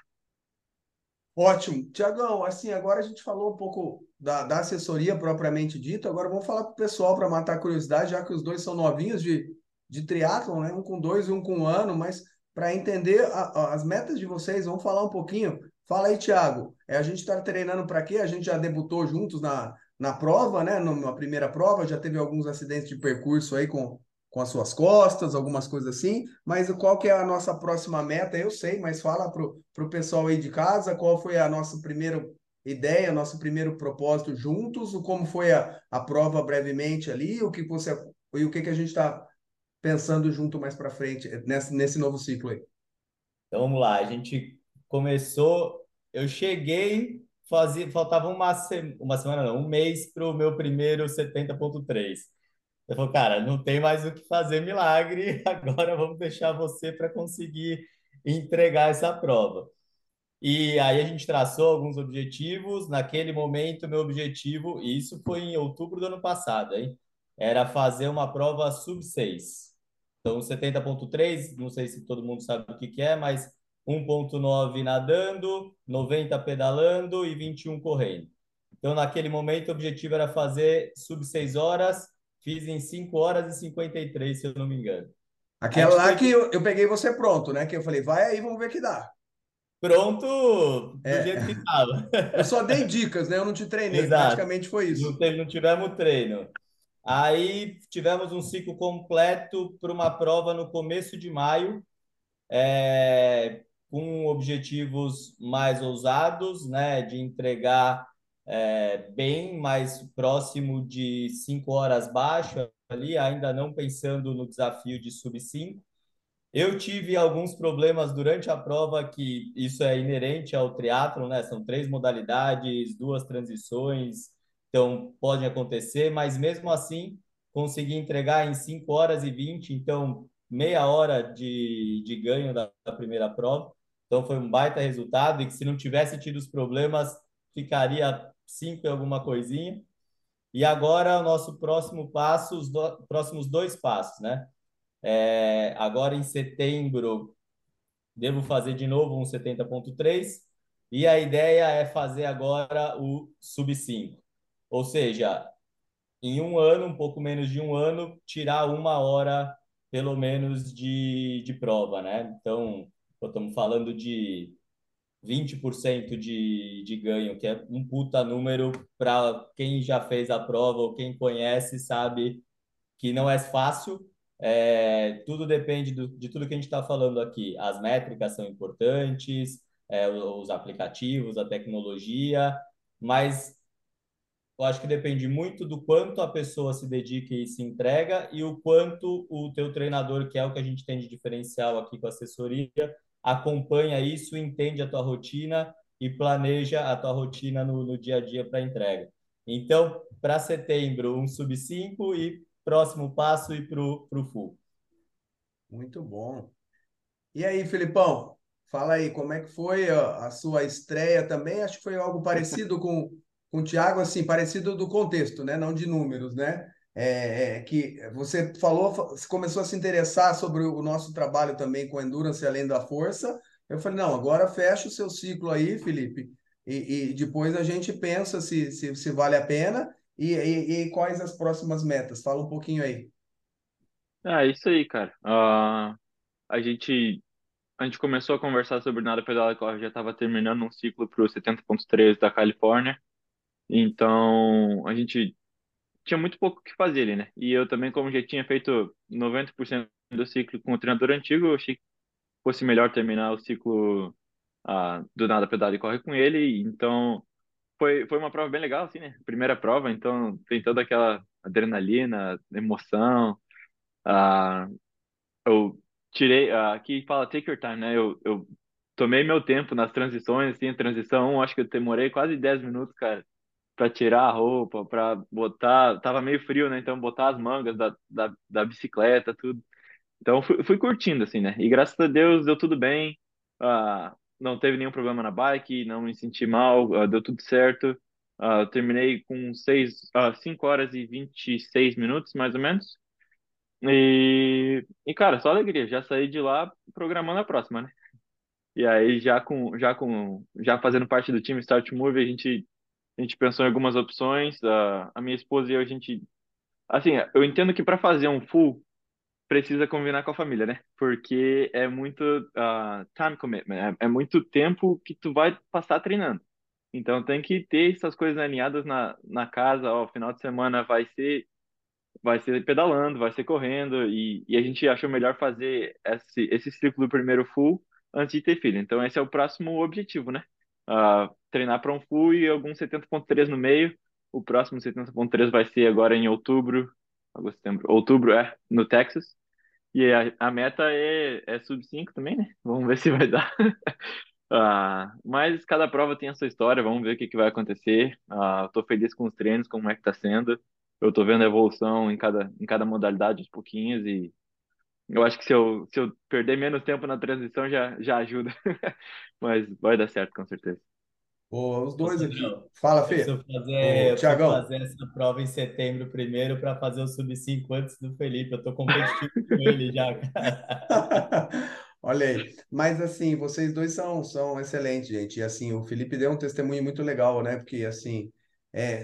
Ótimo. Tiagão, assim, agora a gente falou um pouco da, da assessoria propriamente dita, agora vamos falar para o pessoal para matar a curiosidade, já que os dois são novinhos de, de triatlon, né? Um com dois e um com um ano, mas para entender a- a- as metas de vocês, vamos falar um pouquinho. Fala aí, Thiago. É, a gente está treinando para quê? A gente já debutou juntos na, na prova, né? Na primeira prova, já teve alguns acidentes de percurso aí com, com as suas costas, algumas coisas assim. Mas qual que é a nossa próxima meta? Eu sei, mas fala para o pessoal aí de casa qual foi a nossa primeira ideia, nosso primeiro propósito juntos, o como foi a, a prova brevemente ali, o que você e o que, que a gente está pensando junto mais para frente nesse, nesse novo ciclo aí. Então vamos lá, a gente começou, eu cheguei, fazia, faltava uma, se- uma semana, não, um mês para o meu primeiro setenta ponto três. Eu falei, cara, não tem mais o que fazer milagre, agora vamos deixar você para conseguir entregar essa prova. E aí a gente traçou alguns objetivos. Naquele momento, meu objetivo, e isso foi em outubro do ano passado, hein? Era fazer uma prova sub seis. Então, setenta ponto três, não sei se todo mundo sabe o que que é, mas um ponto nove nadando, noventa pedalando e vinte e um correndo. Então, naquele momento, o objetivo era fazer sub seis horas, fiz em cinco horas e cinquenta e três, se eu não me engano. A Aquela gente lá foi que eu, eu peguei você pronto, né? Que eu falei, vai aí, vamos ver que dá. pronto do É, jeito que estava. eu só dei dicas, né? Eu não te treinei, Exato. praticamente foi isso. Não teve, não tivemos treino. Aí tivemos um ciclo completo para uma prova no começo de maio, é, com objetivos mais ousados, né, de entregar é, bem mais próximo de cinco horas baixo ali, ainda não pensando no desafio de sub cinco. Eu tive alguns problemas durante a prova, que isso é inerente ao triatlo, né? São três modalidades, duas transições, então podem acontecer, mas mesmo assim consegui entregar em cinco horas e vinte, então meia hora de, de ganho da, da primeira prova. Então foi um baita resultado e que se não tivesse tido os problemas, ficaria cinco e alguma coisinha. E agora o nosso próximo passo, os do, próximos dois passos, né? É, agora em setembro, devo fazer de novo um setenta ponto três e a ideia é fazer agora o sub cinco. Ou seja, em um ano, um pouco menos de um ano, tirar uma hora pelo menos de, de prova, né? Então, estamos falando de vinte por cento de, de ganho, que é um puta número para quem já fez a prova ou quem conhece, sabe que não é fácil. É, tudo depende do, de tudo que a gente está falando aqui. As métricas são importantes, é, os aplicativos, a tecnologia, mas eu acho que depende muito do quanto a pessoa se dedica e se entrega e o quanto o teu treinador, que é o que a gente tem de diferencial aqui com a assessoria, acompanha isso, entende a tua rotina e planeja a tua rotina no, no dia a dia para entrega. Então, para setembro, um sub cinco e próximo passo ir para o full. Muito bom. E aí, Filipão? Fala aí, como é que foi a, a sua estreia também? Acho que foi algo parecido com, com o Thiago, assim, parecido do contexto, né? Não de números, né? É, é, que você falou, você começou a se interessar sobre o nosso trabalho também com Endurance Além da Força. Eu falei, não, agora fecha o seu ciclo aí, Felipe, e, e depois a gente pensa se, se, se vale a pena e, e, e quais as próximas metas. Fala um pouquinho aí. Ah, é isso aí, cara. Ah, a gente, a gente começou a conversar sobre nada pedala e corre, já estava terminando um ciclo para o setenta ponto três da Califórnia. Então, a gente tinha muito pouco o que fazer ali, né? E eu também, como já tinha feito noventa por cento do ciclo com o treinador antigo, eu achei que fosse melhor terminar o ciclo ah, do nada pedala e corre com ele. Então, foi, foi uma prova bem legal, assim, né? Primeira prova, então tem toda aquela adrenalina, emoção. Ah, eu tirei, ah, aqui fala take your time, né? Eu, eu tomei meu tempo nas transições, assim, a transição um, acho que eu demorei quase dez minutos, cara, pra tirar a roupa, pra botar, tava meio frio, né? Então botar as mangas da, da, da bicicleta, tudo. Então fui, fui curtindo, assim, né? E graças a Deus deu tudo bem, ah, não teve nenhum problema na bike, não me senti mal, ah, deu tudo certo. Ah, eu terminei com seis, ah, cinco horas e vinte e seis minutos, mais ou menos. E, e, cara, só alegria. Já saí de lá programando a próxima, né? E aí, já com, já com, já fazendo parte do time Start Move, a gente, a gente pensou em algumas opções. A, a minha esposa e eu, a gente, assim, eu entendo que para fazer um full precisa combinar com a família, né? Porque é muito ah, time commitment, é, é muito tempo que tu vai passar treinando. Então tem que ter essas coisas alinhadas na, na casa. Ó, final de semana vai ser vai ser pedalando, vai ser correndo, e, e a gente achou melhor fazer esse, esse ciclo do primeiro full antes de ter filho. Então, esse é o próximo objetivo, né? Ah, treinar para um full e algum setenta ponto três no meio. O próximo setenta ponto três vai ser agora em outubro, agosto, setembro, outubro, é, no Texas. E a, a meta é, é sub cinco também, né? Vamos ver se vai dar. Ah, mas cada prova tem a sua história, vamos ver o que, que vai acontecer. Ah, estou feliz com os treinos, como é que está sendo. Eu estou vendo a evolução em cada, em cada modalidade, aos pouquinhos, e eu acho que se eu, se eu perder menos tempo na transição já, já ajuda. Mas vai dar certo, com certeza. Pô, os Ô, dois aqui. Sandrão, Fala, eu Fê. preciso fazer, Ô, eu preciso Tiagão. fazer essa prova em setembro primeiro para fazer o sub cinco antes do Felipe. Eu tô competitivo com ele já, cara. Olha aí. Mas assim, vocês dois são, são excelentes, gente. E assim, o Felipe deu um testemunho muito legal, né? Porque assim, é,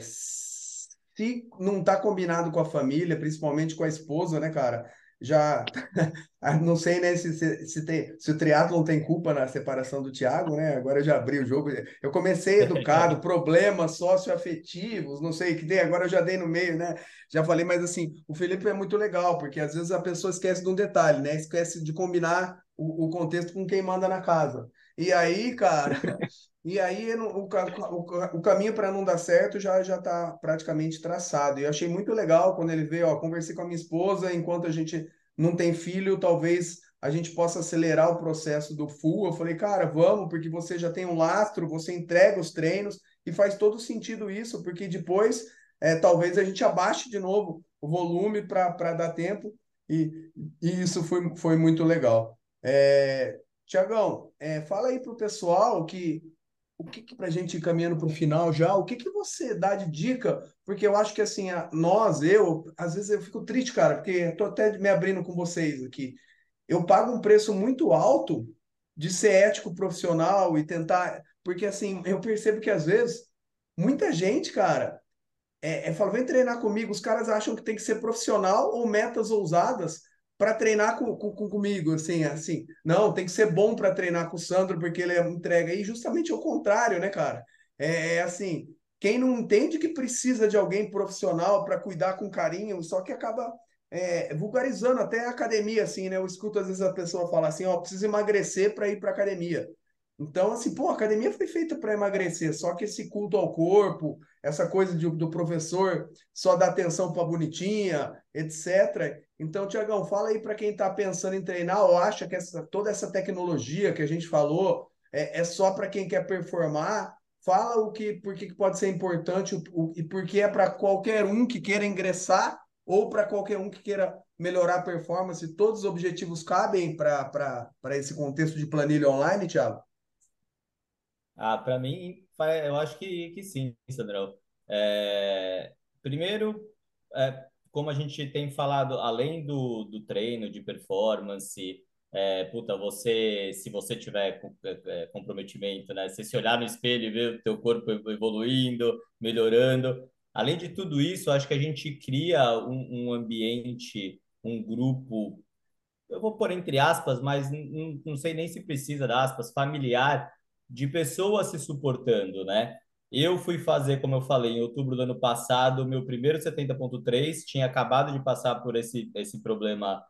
se não tá combinado com a família, principalmente com a esposa, né, cara? Já ah, não sei, né, se, se, se, tem, se o triatlon tem culpa na separação do Thiago, né? Agora eu já abri o jogo. Eu comecei educado, problemas socioafetivos, não sei o que tem, agora eu já dei no meio, né? Já falei, mas assim, o Felipe é muito legal, porque às vezes a pessoa esquece de um detalhe, né? Esquece de combinar o, o contexto com quem manda na casa. E aí, cara, e aí não- o, ca- o, ca- o caminho para não dar certo já já está praticamente traçado. E eu achei muito legal quando ele veio, ó, conversei com a minha esposa, enquanto a gente não tem filho, talvez a gente possa acelerar o processo do full. Eu falei, cara, vamos, porque você já tem um lastro, você entrega os treinos e faz todo sentido isso, porque depois é, talvez a gente abaixe de novo o volume para para dar tempo e, e isso foi, foi muito legal. É, Tiagão, é, fala aí para o pessoal que o que, que para a gente ir caminhando para o final já, o que, que você dá de dica? Porque eu acho que assim, a- nós, eu, às vezes eu fico triste, cara, porque estou até me abrindo com vocês aqui. Eu pago um preço muito alto de ser ético profissional e tentar, porque assim, eu percebo que às vezes muita gente, cara, é, é fala, vem treinar comigo, os caras acham que tem que ser profissional ou metas ousadas para treinar com, com, com- comigo, assim, assim, não, tem que ser bom para treinar com o Sandro porque ele é entrega. E justamente ao contrário, né, cara? É, é assim, quem não entende que precisa de alguém profissional para cuidar com carinho, só que acaba é, vulgarizando até a academia, assim, né? Eu escuto às vezes a pessoa falar assim, ó, preciso emagrecer para ir para academia. Então, assim, pô, a academia foi feita para emagrecer, só que esse culto ao corpo, essa coisa de- do professor só dar atenção para bonitinha, etcétera. Então, Tiagão, fala aí para quem está pensando em treinar ou acha que essa, toda essa tecnologia que a gente falou é, é só para quem quer performar. Fala o que, por que que pode ser importante o, o- e por que é para qualquer um que queira ingressar ou para qualquer um que queira melhorar a performance. Todos os objetivos cabem para para esse contexto de planilha online, Thiago? Ah, para mim, fa- eu acho que, que sim, Sandrão. É, primeiro, é, como a gente tem falado, além do, do treino de performance, é, puta, você, se você tiver com- é, é, comprometimento, né? Você se olhar no espelho e ver o teu corpo evoluindo, melhorando. Além de tudo isso, acho que a gente cria um, um ambiente, um grupo, eu vou pôr entre aspas, mas não, não sei nem se precisa de aspas, familiar, de pessoas se suportando, né? Eu fui fazer, como eu falei, em outubro do ano passado, meu primeiro setenta ponto três, tinha acabado de passar por esse, esse problema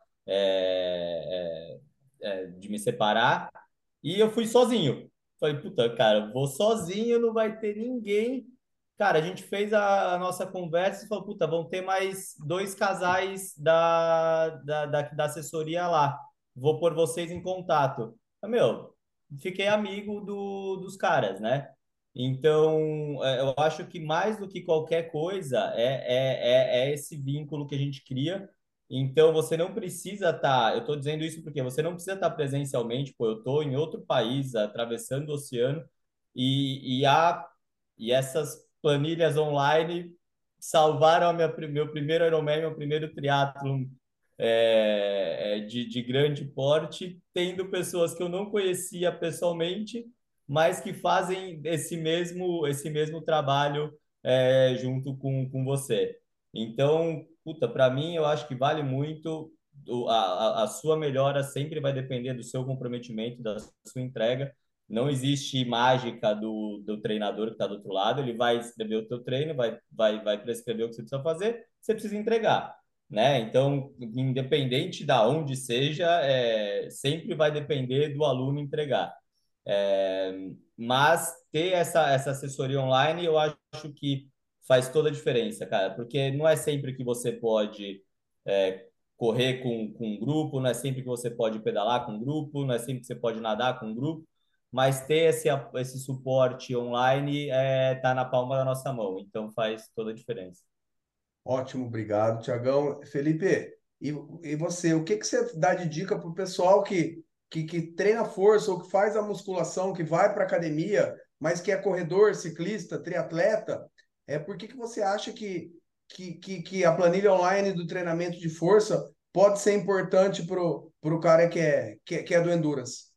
é, é, é, de me separar, e eu fui sozinho. Falei, puta, cara, vou sozinho, não vai ter ninguém. Cara, a gente fez a, a nossa conversa e falou, puta, vão ter mais dois casais da, da, da, da assessoria lá. Vou pôr vocês em contato. Ah, meu, fiquei amigo do, dos caras, né? Então, é, eu acho que mais do que qualquer coisa é, é, é, é esse vínculo que a gente cria. Então, você não precisa estar. Eu estou dizendo isso porque você não precisa estar presencialmente, pô, eu estou em outro país, atravessando o oceano, e, e, a, e essas planilhas online salvaram a minha, meu primeiro Ironman, meu primeiro triatlon é, é, de, de grande porte, tendo pessoas que eu não conhecia pessoalmente, mas que fazem esse mesmo, esse mesmo trabalho é, junto com, com você. Então, puta, para mim, eu acho que vale muito. O- A, a, a sua melhora sempre vai depender do seu comprometimento, da sua entrega. Não existe mágica do, do treinador que está do outro lado. Ele vai escrever o teu treino, vai, vai, vai prescrever o que você precisa fazer, você precisa entregar, né? Então, independente da onde seja, é, sempre vai depender do aluno entregar. É, mas ter essa, essa assessoria online, eu acho que faz toda a diferença, cara, porque não é sempre que você pode é, correr com, com um grupo, não é sempre que você pode pedalar com um grupo, não é sempre que você pode nadar com um grupo, mas ter esse, esse suporte online é, tá na palma da nossa mão, então faz toda a diferença. Ótimo, obrigado, Tiagão. Felipe, e, e você, o que que você dá de dica para o pessoal que, que, que treina força ou que faz a musculação, que vai para academia, mas que é corredor, ciclista, triatleta? É, por que que você acha que, que, que, que a planilha online do treinamento de força pode ser importante para o cara que é, que, é- que é do Endurance?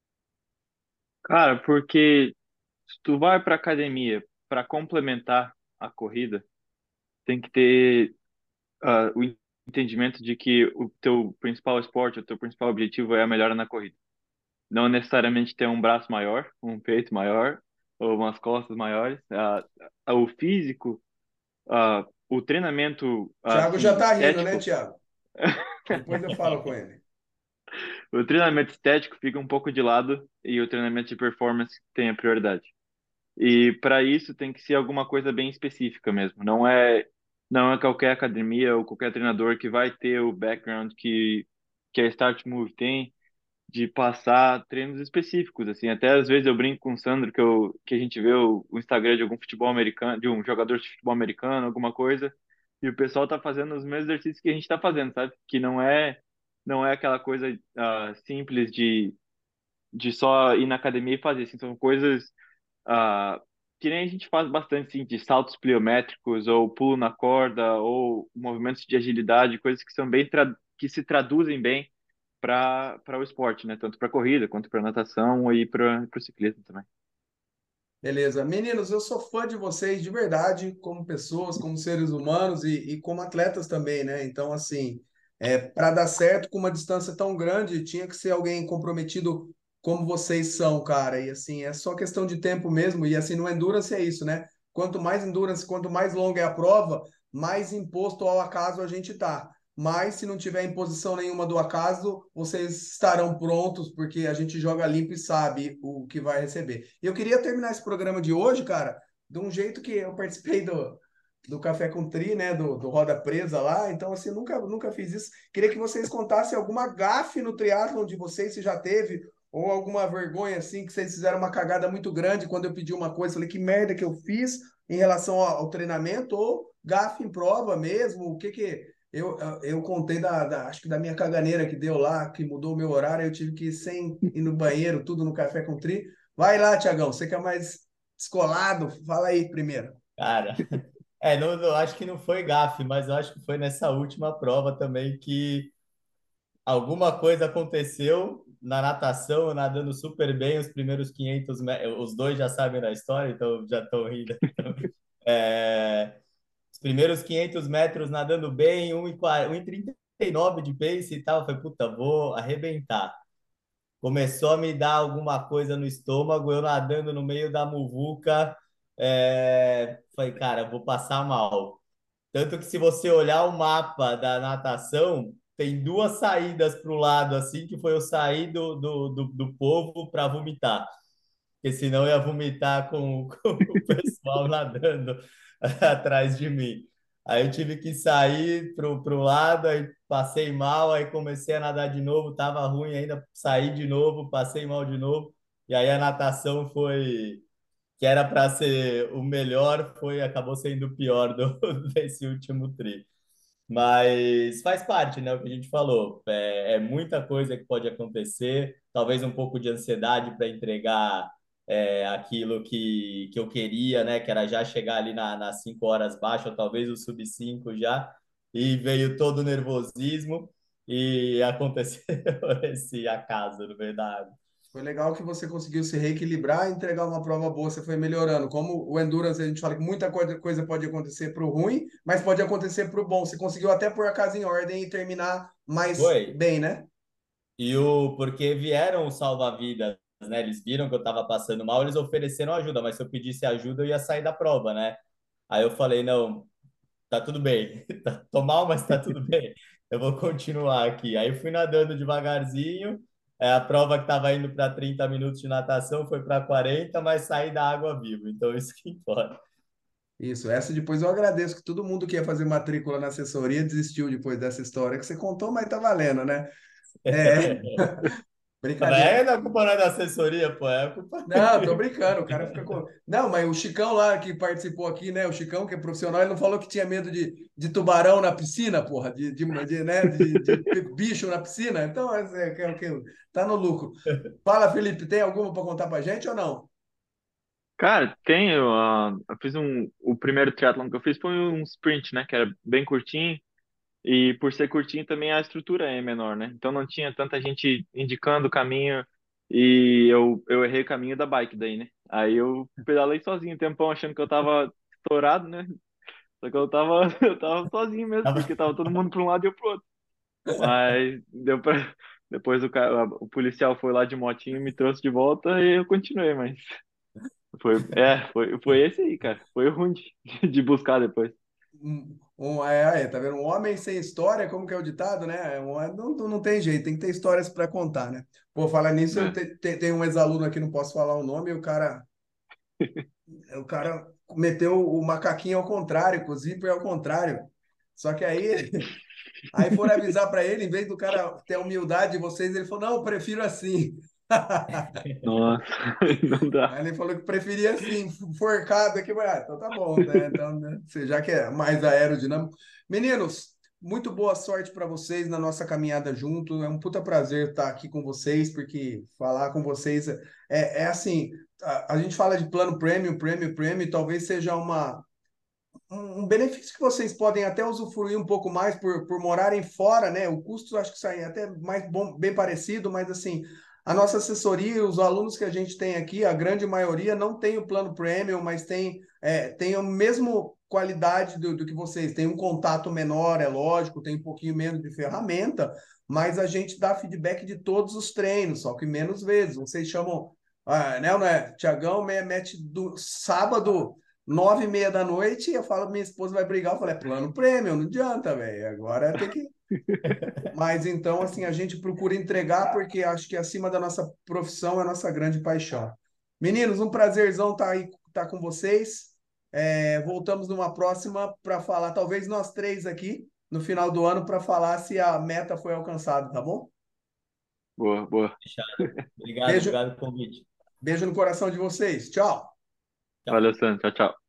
Cara, porque se tu vai para academia para complementar a corrida, tem que ter ah, o entendimento de que o teu principal esporte, o teu principal objetivo é a melhora na corrida. Não necessariamente ter um braço maior, um peito maior ou umas costas maiores. Ah, ah, o físico, ah, o treinamento Thiago já assim tá rindo, né, estético, Thiago? Depois eu falo com ele. o treinamento estético fica um pouco de lado e o treinamento de performance tem a prioridade. E para isso tem que ser alguma coisa bem específica mesmo. Não é não é qualquer academia ou qualquer treinador que vai ter o background que que a Start Move tem de passar treinos específicos assim. Até às vezes eu brinco com o Sandro que eu que a gente vê o, o Instagram de algum futebol americano, de um jogador de futebol americano, alguma coisa, e o pessoal tá fazendo os mesmos exercícios que a gente tá fazendo, sabe? Que não é não é aquela coisa ah, simples de de só ir na academia e fazer, assim, são coisas ah, que nem a gente faz bastante, assim, de saltos pliométricos, ou pulo na corda, ou movimentos de agilidade, coisas que são bem, tra- que se traduzem bem para para o esporte, né? Tanto para corrida, quanto para natação e para o ciclismo também. Beleza. Meninos, eu sou fã de vocês de verdade, como pessoas, como seres humanos e, e como atletas também, né? Então, assim, É, para dar certo com uma distância tão grande, tinha que ser alguém comprometido como vocês são, cara. E assim, é só questão de tempo mesmo. E assim, no Endurance é isso, né? Quanto mais Endurance, quanto mais longa é a prova, mais imposto ao acaso a gente tá. Mas se não tiver imposição nenhuma do acaso, vocês estarão prontos, porque a gente joga limpo e sabe o que vai receber. E eu queria terminar esse programa de hoje, cara, de um jeito que eu participei do, do Café com Tri, né, do, do Roda Presa lá, então assim, nunca, nunca fiz isso. Queria que vocês contassem alguma gafe no triatlon de vocês, se já teve, ou alguma vergonha assim, que vocês fizeram uma cagada muito grande quando eu pedi uma coisa, falei, que merda que eu fiz em relação ao, ao treinamento, ou gafe em prova mesmo, o que que... Eu, eu contei da, da, acho que da minha caganeira que deu lá, que mudou o meu horário, eu tive que ir sem ir no banheiro, tudo no Café com Tri. Vai lá, Tiagão, você que é mais descolado, fala aí primeiro. Cara, é, não, não- acho que não foi gafe, mas eu acho que foi nessa última prova também que alguma coisa aconteceu na natação, eu nadando super bem os primeiros quinhentos metros, os dois já sabem da história, então já estão rindo. É, os primeiros quinhentos metros nadando bem, um e quarenta, um e trinta e nove de pace e tal, eu falei, puta, vou arrebentar. Começou a me dar alguma coisa no estômago, eu nadando no meio da muvuca, é, falei, cara, vou passar mal. Tanto que se você olhar o mapa da natação, tem duas saídas para o lado, assim, que foi eu sair do, do, do, do povo para vomitar. Porque senão eu ia vomitar com, com o pessoal nadando atrás de mim. Aí eu tive que sair pro, pro lado, aí passei mal, aí comecei a nadar de novo, tava ruim ainda, saí de novo, passei mal de novo. E aí a natação foi, que era para ser o melhor, foi acabou sendo o pior do, desse último tri. Mas faz parte, né? O que a gente falou. É, é muita coisa que pode acontecer, talvez um pouco de ansiedade para entregar é, aquilo que, que eu queria, né? Que era já chegar ali na, nas cinco horas baixo, ou talvez o sub cinco já, e veio todo o nervosismo e aconteceu esse acaso no meio da água. Foi legal que você conseguiu se reequilibrar e entregar uma prova boa, você foi melhorando. Como o Endurance, a gente fala que muita coisa coisa pode acontecer para o ruim, mas pode acontecer para o bom. Você conseguiu até pôr a casa em ordem e terminar mais Foi. bem, né? E o porque vieram os salva-vidas, né? Eles viram que eu estava passando mal, eles ofereceram ajuda, mas se eu pedisse ajuda, eu ia sair da prova, né? Aí eu falei, não, tá tudo bem. Tá- Tô mal, mas tá tudo bem. Eu vou continuar aqui. Aí fui nadando devagarzinho. É, a prova que estava indo para trinta minutos de natação foi para quarenta, mas saí da água vivo. Então isso que importa. Isso, essa depois eu agradeço que todo mundo que ia fazer matrícula na assessoria desistiu depois dessa história que você contou, mas tá valendo, né? É, Mas brincadeira. é da culpa não é da assessoria, pô, é a culpa. Não, tô brincando, o cara fica com. Não, mas o Chicão lá que participou aqui, né? O Chicão, que é profissional, ele não falou que tinha medo de, de tubarão na piscina, porra, de, de, de, né? de, de bicho na piscina. Então, é, é, é, é, tá no lucro. Fala, Felipe, tem alguma para contar pra gente ou não? Cara, tem, eu, ah, eu fiz um, o primeiro triatlon que eu fiz foi um sprint, né, que era bem curtinho, e por ser curtinho também a estrutura é menor, né, então não tinha tanta gente indicando o caminho, e eu, eu errei o caminho da bike daí, né, aí eu pedalei sozinho um tempão achando que eu tava estourado, né, só que eu tava, eu tava sozinho mesmo, porque tava todo mundo pra um lado e eu pro outro, mas deu pra, depois o, cara, o policial foi lá de motinho e me trouxe de volta e eu continuei, mas... Foi, é, foi, foi esse aí, cara. Foi ruim de, de buscar depois. Um, um- é, é, tá vendo? Um homem sem história, como que é o ditado, né? Um, não, não não tem jeito, tem que ter histórias para contar, né? Pô, falar nisso, eu Né? te, te- tenho um ex-aluno aqui, não posso falar o nome, e o cara, o cara meteu o macaquinho ao contrário, com o zíper ao contrário. Só que aí, aí foram avisar para ele, em vez do cara ter a humildade de vocês, ele falou: não, eu prefiro assim. Nossa, não dá. Aí ele falou que preferia assim, forcado aqui. Ah, então tá bom, né? Então, né? Você já que é mais aerodinâmico. Meninos, muito boa sorte para vocês na nossa caminhada junto. É um puta prazer estar aqui com vocês, porque falar com vocês é, é assim, a, a gente fala de plano premium, premium, premium, talvez seja uma, um, um benefício que vocês podem até usufruir um pouco mais por, por morarem fora, né? O custo acho que sai até mais bom, bem parecido, mas assim, a nossa assessoria, os alunos que a gente tem aqui, a grande maioria não tem o plano premium, mas tem, é, tem o mesmo qualidade do, do que vocês. Tem um contato menor, é lógico, tem um pouquinho menos de ferramenta, mas a gente dá feedback de todos os treinos, só que menos vezes. Vocês chamam, ah, né, não é? Tiagão mete do sábado, nove e meia da noite, e eu falo, minha esposa vai brigar, eu falo, é plano prêmio, não adianta, velho. Agora tem que. Mas então, assim, a gente procura entregar, porque acho que acima da nossa profissão é a nossa grande paixão. Meninos, um prazerzão estar aí, estar com vocês. É, voltamos numa próxima para falar, talvez nós três aqui, no final do ano, para falar se a meta foi alcançada, tá bom? Boa, boa. Fechado. Obrigado, Beijo, obrigado pelo convite. beijo no coração de vocês. Tchau. Tchau. Valeu, Sandro. Tchau, tchau.